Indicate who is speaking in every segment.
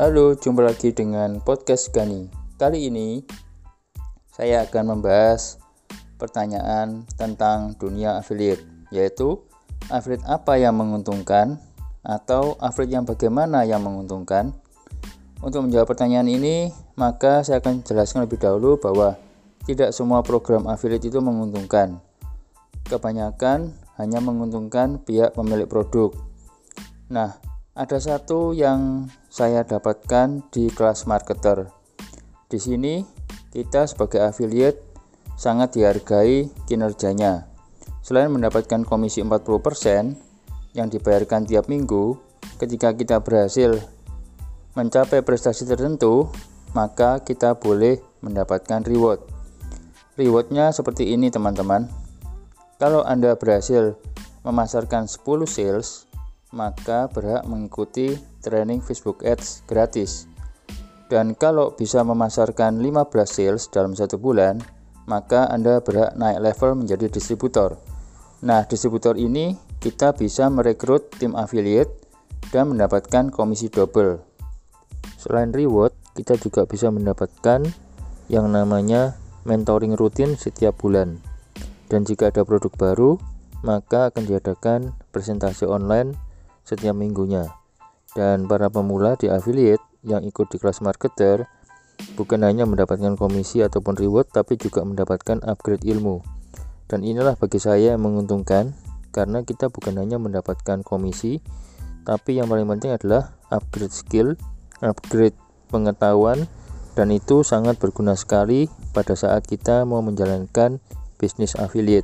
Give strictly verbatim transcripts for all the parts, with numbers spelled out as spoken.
Speaker 1: Halo, jumpa lagi dengan podcast Gani. Kali ini saya akan membahas pertanyaan tentang dunia affiliate, yaitu affiliate apa yang menguntungkan atau affiliate yang bagaimana yang menguntungkan. Untuk menjawab pertanyaan ini, maka saya akan jelaskan lebih dahulu bahwa tidak semua program affiliate itu menguntungkan. Kebanyakan hanya menguntungkan pihak pemilik produk. Nah, ada satu yang saya dapatkan di kelas marketer. Di sini kita sebagai affiliate sangat dihargai kinerjanya. Selain mendapatkan komisi empat puluh persen yang dibayarkan tiap minggu, ketika kita berhasil mencapai prestasi tertentu, maka kita boleh mendapatkan reward. Rewardnya seperti ini teman-teman. Kalau Anda berhasil memasarkan sepuluh sales, maka berhak mengikuti training Facebook Ads gratis. Dan kalau bisa memasarkan lima belas sales dalam satu bulan, maka Anda berhak naik level menjadi distributor. Nah, distributor ini kita bisa merekrut tim affiliate dan mendapatkan komisi double. Selain reward, kita juga bisa mendapatkan yang namanya mentoring rutin setiap bulan. Dan jika ada produk baru, maka akan diadakan presentasi online setiap minggunya. Dan para pemula di affiliate yang ikut di kelas marketer bukan hanya mendapatkan komisi ataupun reward, tapi juga mendapatkan upgrade ilmu. Dan inilah bagi saya yang menguntungkan, karena kita bukan hanya mendapatkan komisi, tapi yang paling penting adalah upgrade skill, upgrade pengetahuan, dan itu sangat berguna sekali pada saat kita mau menjalankan bisnis affiliate.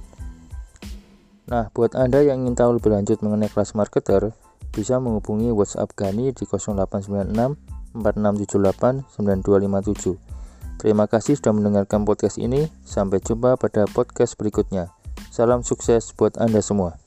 Speaker 1: Nah, buat Anda yang ingin tahu lebih lanjut mengenai kelas marketer, bisa menghubungi WhatsApp Gani di nol delapan sembilan enam empat enam tujuh delapan sembilan dua lima tujuh. Terima kasih sudah mendengarkan podcast ini. Sampai jumpa pada podcast berikutnya. Salam sukses buat Anda semua.